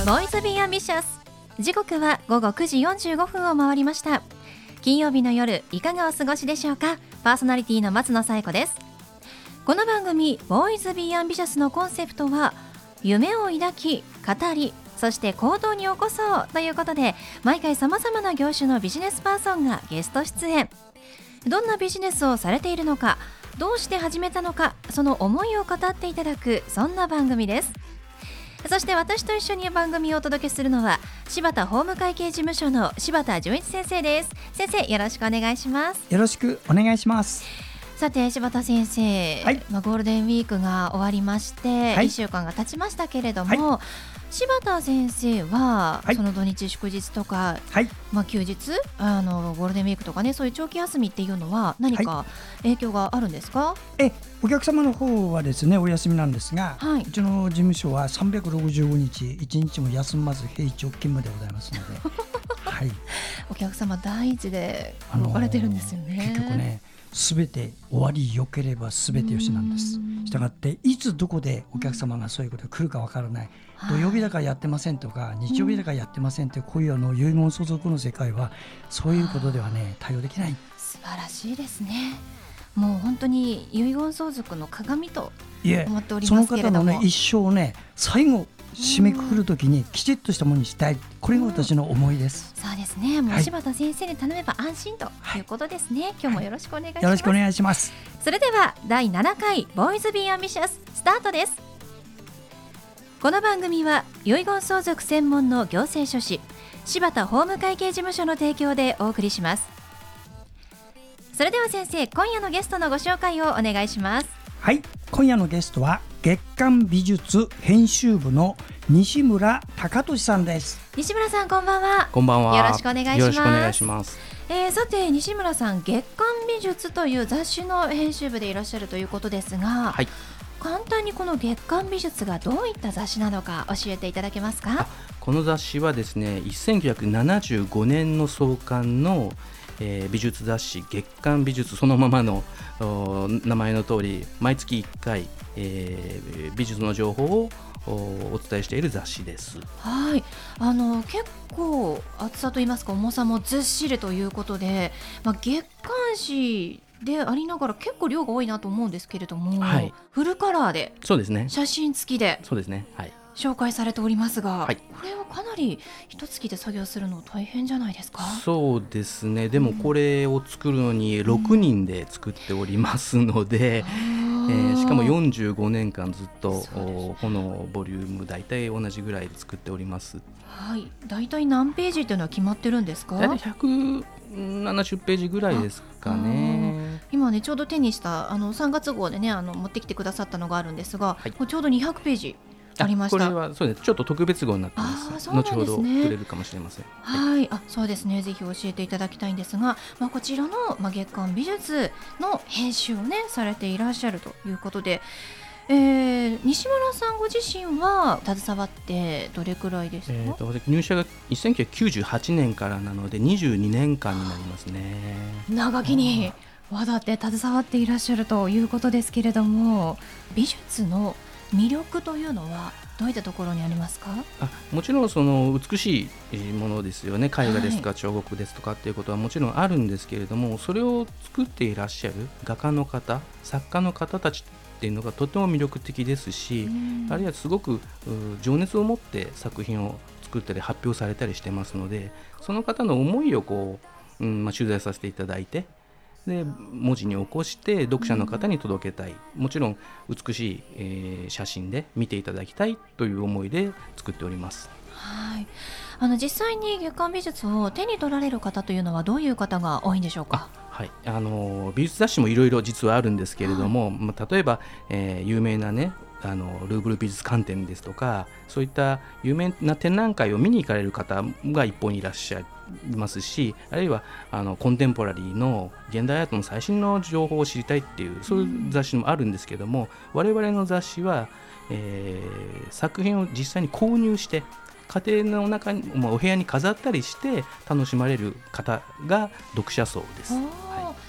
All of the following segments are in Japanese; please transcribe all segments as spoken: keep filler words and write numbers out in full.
ボイズビーアンビシャス。時刻は午後くじよんじゅうごふんを回りました。金曜日の夜いかがお過ごしでしょうか。パーソナリティの松野紗友子です。この番組ボイズビーアンビシャスのコンセプトは夢を抱き語りそして行動に起こそうということで、毎回様々な業種のビジネスパーソンがゲスト出演。どんなビジネスをされているのか、どうして始めたのか、その思いを語っていただく、そんな番組です。そして私と一緒に番組をお届けするのは柴田法務会計事務所の柴田純一先生です。先生、よろしくお願いします。 よろしくお願いします。 さて柴田先生、はい、まあ、ゴールデンウィークが終わりまして、はい、いっしゅうかんが経ちましたけれども、はい、柴田先生は、はい、その土日祝日とか、はい、まあ、休日あのゴールデンウィークとかね、そういう長期休みっていうのは何か影響があるんですか？はい、 えお客様の方はですねお休みなんですが、はい、うちの事務所はさんびゃくろくじゅうごにちいちにちも休まず平常勤務でございますので、はい、 お客様第一で置かれてるんですよね。 結局ね、すべて終わり良ければすべてよしなんです。したがっていつどこでお客様がそういうことが来るかわからない、土曜日だからやってませんとか日曜日だからやってませんって、こういうあの遺言相続の世界はそういうことではね対応できない。 素晴らしいですね。もう本当に遺言相続の鏡と思っておりますけれども、 その方の、ね、一生をね最後締めくくるときにきちっとしたものにしたい、これが私の思いです。 そうですね、もう柴田先生に頼めば安心ということですね、はい、今日もよろしくお願いします。 よろしくお願いします。 それではだいななかいボーイズビーアンビシャススタートです。この番組は遺言相続専門の行政書士柴田法務会計事務所の提供でお送りします。それでは先生、今夜のゲストのご紹介をお願いします。 はい、今夜のゲストは月刊美術編集部の西村隆俊さんです。 西村さん、こんばんは。 こんばんは。 よろしくお願いします。 よろしくお願いします。 えー、さて西村さん、月刊美術という雑誌の編集部でいらっしゃるということですが、はい、簡単にこの月刊美術がどういった雑誌なのか教えていただけますか？ この雑誌はですね、せんきゅうひゃくななじゅうごねんの創刊のえー、美術雑誌月刊美術そのままの名前の通り、毎月いっかい、えー、美術の情報をお伝えしている雑誌です。 はい、あの結構厚さといいますか重さもずっしりということで、まあ、月刊誌でありながら結構量が多いなと思うんですけれども、はい、フルカラーでそうですね、 写真付きでそうですね、はい、 紹介されておりますが、はい、これはかなり一月で作業するの大変じゃないですか？ そうですね、でもこれを作るのにろくにんで作っておりますので、うん、えー、しかもよんじゅうごねんかんずっとこのボリューム大体同じぐらいで作っております。 はい、大体何ページというのは決まってるんですか？ 大体ひゃくななじゅっページぐらいですかね。 今ねちょうど手にしたあのさんがつ号でねあの持ってきてくださったのがあるんですが、はい、ちょうどにひゃくページありました。 これはそうです、ちょっと特別号になってます。あ、そうなんですね、後ほど触れるかもしれません。 はい、はい、あ、そうですね、ぜひ教えていただきたいんですが、まあ、こちらの、まあ、月刊美術の編集をねされていらっしゃるということで、えー、西村さんご自身は携わってどれくらいですか？ えー、と入社がせんきゅうひゃくきゅうじゅうはちねんからなのでにじゅうにねんかんになりますね。 長きにわたって携わっていらっしゃるということですけれども、美術の魅力というのはどういったところにありますか？ あ、もちろんその美しいものですよね。絵画ですとか彫刻ですとかっていうことはもちろんあるんですけれども、それを作っていらっしゃる画家の方、作家の方たちっていうのがとても魅力的ですし、あるいはすごく情熱を持って作品を作ったり発表されたりしてますので、その方の思いをこう、うんまあ、取材させていただいて、で文字に起こして読者の方に届けたい、もちろん美しい、えー、写真で見ていただきたいという思いで作っております。 はい、あの実際に月刊美術を手に取られる方というのはどういう方が多いんでしょうか？ はい、あの美術雑誌もいろいろ実はあるんですけれども、はい、まあ、例えば、えー、有名なねあのルーブル美術館展ですとか、そういった有名な展覧会を見に行かれる方が一方にいらっしゃいますし、あるいはあのコンテンポラリーの現代アートの最新の情報を知りたいっていうそういう雑誌もあるんですけども、我々の雑誌は、えー、作品を実際に購入して家庭の中に、まあ、お部屋に飾ったりして楽しまれる方が読者層です。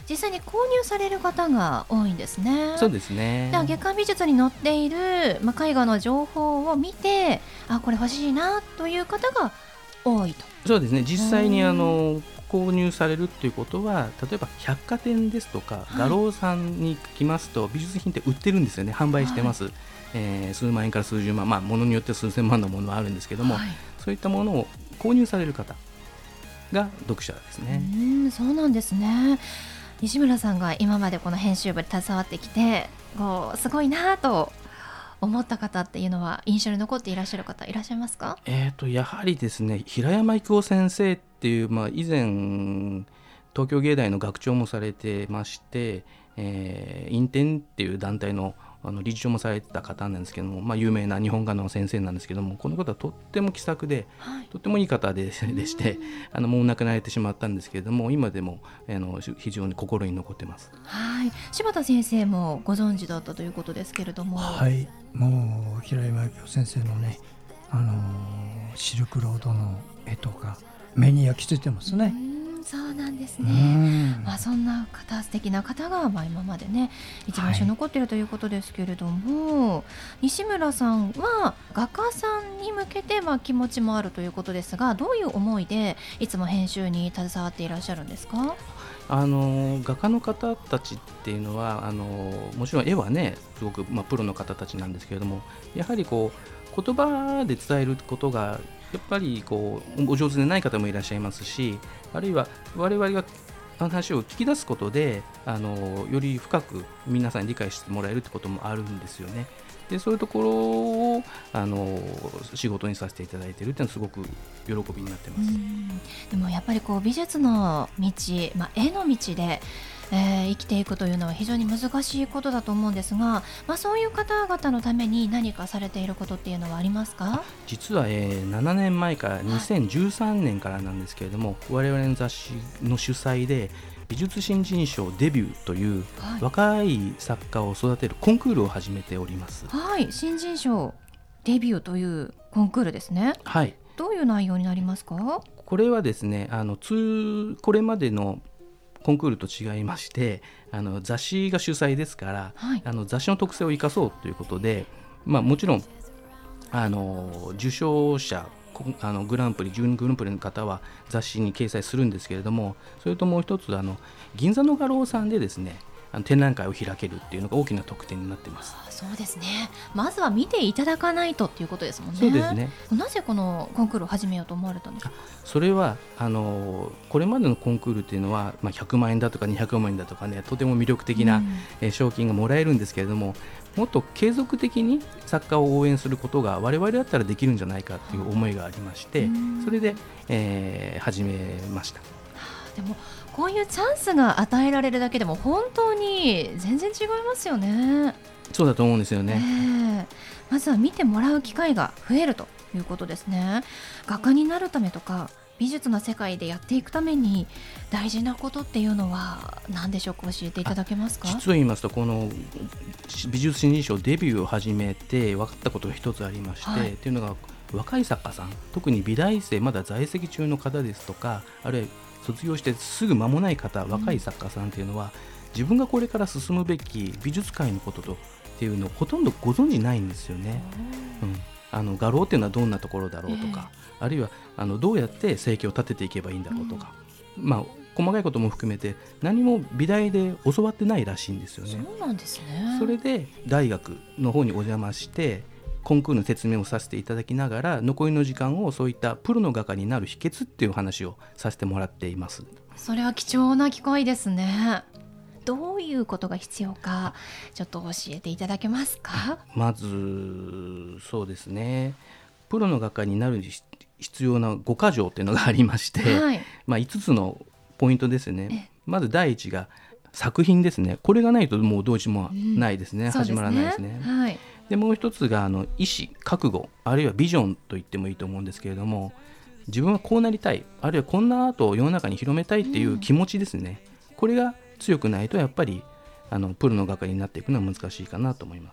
実際に購入される方が多いんですね。 そうですね。 では月刊美術に載っている、まあ、絵画の情報を見て、あ、これ欲しいなという方が多いと。 そうですね。実際にあの購入されるっていうことは、例えば百貨店ですとか、はい、画廊さんに来ますと美術品って売ってるんですよね。販売してます、はい、えー、数万円から数十万、まあ、ものによって数千万のものはあるんですけども、はい、そういったものを購入される方が読者ですね。 うん、そうなんですね。西村さんが今までこの編集部で携わってきて、こうすごいなと思った方っていうのは印象に残っていらっしゃる方いらっしゃいますか？ えーとやはりですね、平山郁夫先生っていう、まあ、以前東京芸大の学長もされてまして、えー、インテンっていう団体のあの理事長もされてた方なんですけども、まあ、有名な日本画の先生なんですけども、この方はとっても気さくで、はい、とってもいい方 で, でしてあのもう亡くなられてしまったんですけれども、今でもあの非常に心に残ってます。 はい、柴田先生もご存知だったということですけれども。 はい、もう平山郁夫先生のね、あのシルクロードの絵とか目に焼き付いてますね。 そうなんですね。まあ、そんな方、素敵な方が、まあ、今までね一番印象に残っているということですけれども、はい、西村さんは画家さんに向けて、まあ、気持ちもあるということですが、どういう思いでいつも編集に携わっていらっしゃるんですか？ あの画家の方たちっていうのはあのもちろん絵はねすごく、まあ、プロの方たちなんですけれども、やはりこう言葉で伝えることがやっぱりこうお上手でない方もいらっしゃいますし、あるいは我々が話を聞き出すことであのより深く皆さんに理解してもらえるってこともあるんですよね。でそういうところをあの仕事にさせていただいているっていうのはすごく喜びになってます。 うん、でもやっぱりこう美術の道、まあ、絵の道でえー、生きていくというのは非常に難しいことだと思うんですが、まあ、そういう方々のために何かされていることっていうのはありますか？ 実は、えー、ななねんまえからにせんじゅうさんねんからなんですけれども、はい、我々の雑誌の主催で美術新人賞デビューという、はい、若い作家を育てるコンクールを始めております。 はい、新人賞デビューというコンクールですね。 はい、 どういう内容になりますか？ これはですね、あの通これまでのコンクールと違いまして、あの雑誌が主催ですから、はい、あの雑誌の特性を生かそうということで、まあ、もちろんあの受賞者あのグランプリ準グランプリの方は雑誌に掲載するんですけれども、それともう一つあの銀座の画廊さんでですね、あの展覧会を開けるっていうのが大きな特典になっています。 あ、そうですね。まずは見ていただかないとっていうことですもんね。 そうですね。 なぜこのコンクールを始めようと思われたんですか？ それはあのこれまでのコンクールっていうのは、まあ、ひゃくまんえんだとかにひゃくまんえんだとかね、とても魅力的な、うんえー、賞金がもらえるんですけれども、もっと継続的に作家を応援することが我々だったらできるんじゃないかという思いがありまして、うん、それで、えー、始めました。 でもこういうチャンスが与えられるだけでも本当に全然違いますよね。 そうだと思うんですよね、 えー、まずは見てもらう機会が増えるということですね。画家になるためとか美術の世界でやっていくために大事なことっていうのは何でしょうか？教えていただけますか？ 実を言いますと、この美術新人賞デビューを始めて分かったことが一つありまして、はい、っていうのが若い作家さん、特に美大生まだ在籍中の方ですとか、あるいは卒業してすぐ間もない方、若い作家さんというのは、うん、自分がこれから進むべき美術界のこととっていうのをほとんどご存じないんですよね、うん、あの画廊っていうのはどんなところだろうとか、えー、あるいはあのどうやって生計を立てていけばいいんだろうとか、うん、まあ細かいことも含めて何も美大で教わってないらしいんですよね。 そうなんですね。 それで大学の方にお邪魔してコンクールの説明をさせていただきながら、残りの時間をそういったプロの画家になる秘訣っていう話をさせてもらっています。 それは貴重な機会ですね。どういうことが必要かちょっと教えていただけますか？ まずそうですね、プロの画家になる必要なごか条っていうのがありまして、はいまあ、いつつのポイントですね。まず第一が作品ですね。これがないともうどうしようもないですね、うん、始まらないですね、はい、でもう一つがあの意志、覚悟、あるいはビジョンと言ってもいいと思うんですけれども、自分はこうなりたい、あるいはこんなアートを世の中に広めたいっていう気持ちですね、うん、これが強くないとやっぱりあのプロの画家になっていくのは難しいかなと思います、はい、みっつめは常識ですね、まあ、社会性と言ってもいいです。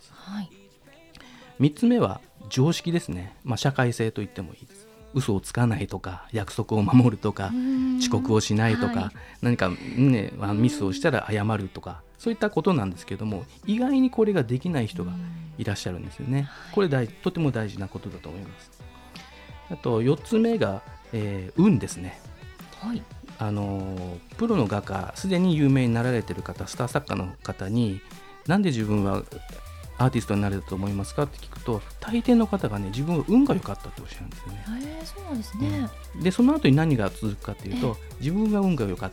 嘘をつかないとか約束を守るとか遅刻をしないとか、はい、何か、ね、ミスをしたら謝るとかそういったことなんですけども、意外にこれができない人がいらっしゃるんですよね。これ大とても大事なことだと思います。あとよっつめが、えー、運ですね。はい、あのプロの画家、すでに有名になられている方、スター作家の方になんで自分はアーティストになれたと思いますかって聞くと、大抵の方がね、自分は運が良かったっておっしゃるんですよね。 へー、そうなんですね。 うん、でその後に何が続くかというと、自分が運が良かった。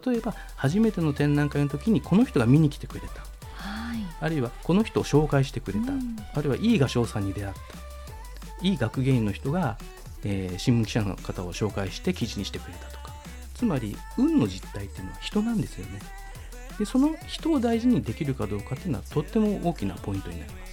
例えば初めての展覧会の時にこの人が見に来てくれた、はい、あるいはこの人を紹介してくれた、うん、あるいはいい画商さんに出会った、いい学芸員の人が、えー、新聞記者の方を紹介して記事にしてくれたとか、つまり運の実態っていうのは人なんですよね。でその人を大事にできるかどうかっていうのはとっても大きなポイントになります。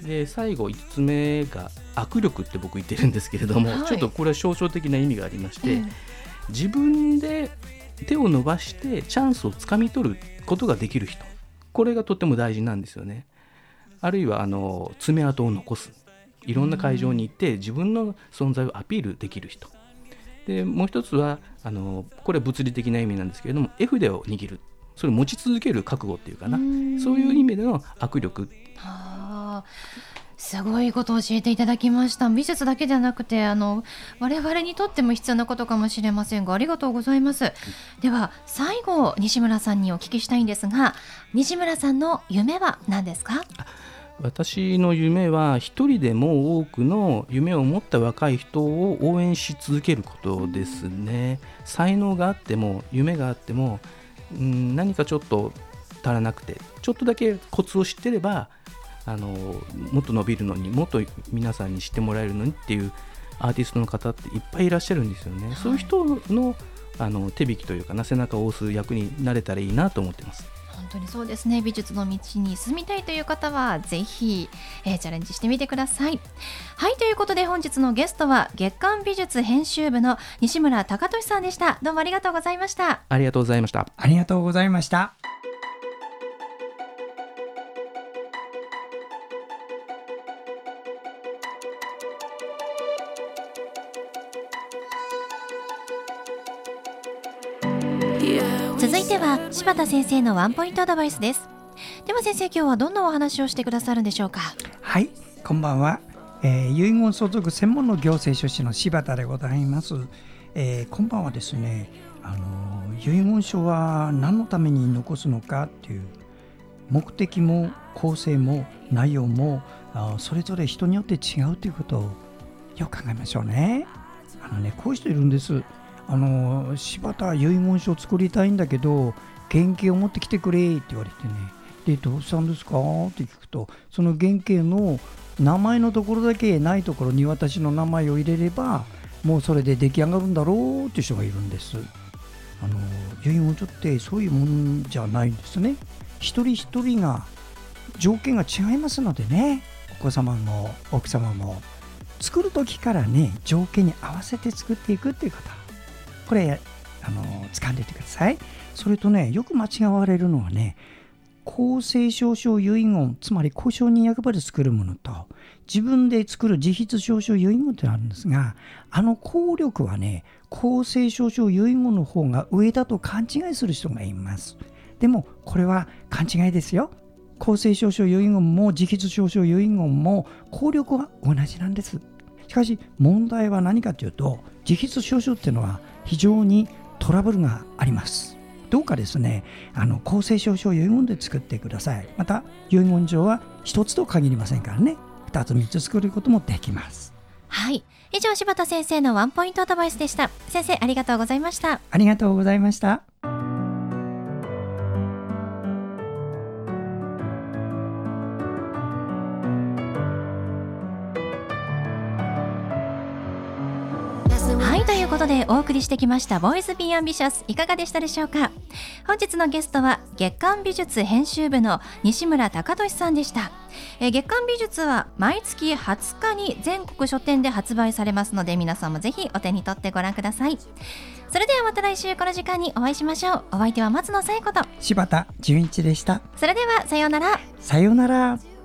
で最後いつつめが握力って僕言ってるんですけれども、はい、ちょっとこれは象徴的な意味がありまして、うん、自分で手を伸ばしてチャンスをつかみ取ることができる人、これがとっても大事なんですよね。あるいはあの爪痕を残す、いろんな会場に行って自分の存在をアピールできる人で、もう一つはあのこれは物理的な意味なんですけれども、絵筆を握る、それを持ち続ける覚悟っていうかな、うそういう意味での握力。はあ、 すごいことを教えていただきました。美術だけではなくてあの我々にとっても必要なことかもしれませんが、ありがとうございます。うん、では最後西村さんにお聞きしたいんですが、西村さんの夢は何ですか？ 私の夢は一人でも多くの夢を持った若い人を応援し続けることですね。才能があっても夢があっても、うん、何かちょっと足らなくてちょっとだけコツを知ってればあのもっと伸びるのに、もっと皆さんに知ってもらえるのにっていうアーティストの方っていっぱいいらっしゃるんですよね。はい、そういう人 の, あの手引きというかな、背中を押す役になれたらいいなと思ってます。 本当にそうですね。美術の道に進みたいという方はぜひ、えー、チャレンジしてみてください。はい、ということで本日のゲストは月刊美術編集部の西村貴俊さんでした。どうもありがとうございました。 ありがとうございました。 ありがとうございました。 続いては柴田先生のワンポイントアドバイスです。では先生、今日はどんなお話をしてくださるんでしょうか？ はい、こんばんは。えー、遺言相続専門の行政書士の柴田でございます。えー、今晩はですね、あの遺言書は何のために残すのかっていう目的も構成も内容もあそれぞれ人によって違うということをよく考えましょうね。あのね、こういう人いるんです。あの柴田遺言書を作りたいんだけど原型を持ってきてくれって言われてね、でどうしたんですかって聞くと、その原型の名前のところだけないところに私の名前を入れればもうそれで出来上がるんだろうっていう人がいるんです。あの遺言書ってそういうもんじゃないんですね。一人一人が条件が違いますのでね、お子様も奥様も作る時からね条件に合わせて作っていくっていうこと、これあの掴んでいてください。それとね、よく間違われるのはね、公正証書遺言、つまり公証人役場で作るものと自分で作る自筆証書遺言ってあるんですが、あの効力はね、公正証書遺言の方が上だと勘違いする人がいます。でもこれは勘違いですよ。公正証書遺言も自筆証書遺言も効力は同じなんです。しかし問題は何かというと、自筆証書っていうのは非常にトラブルがあります。どうかですね、あの公正証書遺言で作ってください。また遺言状は一つと限りませんからね、二つ三つ作ることもできます。 はい、以上柴田先生のワンポイントアドバイスでした。先生、ありがとうございました。 ありがとうございました。 はい、ということでお送りしてきましたボーイズビーアンビシャス、いかがでしたでしょうか？本日のゲストは月刊美術編集部の西村貴俊さんでした。え月刊美術は毎月はつかに全国書店で発売されますので、皆さんもぜひお手に取ってご覧ください。それではまた来週この時間にお会いしましょう。お相手は松野紗友子と柴田純一でした。 それではさようなら。 さようなら。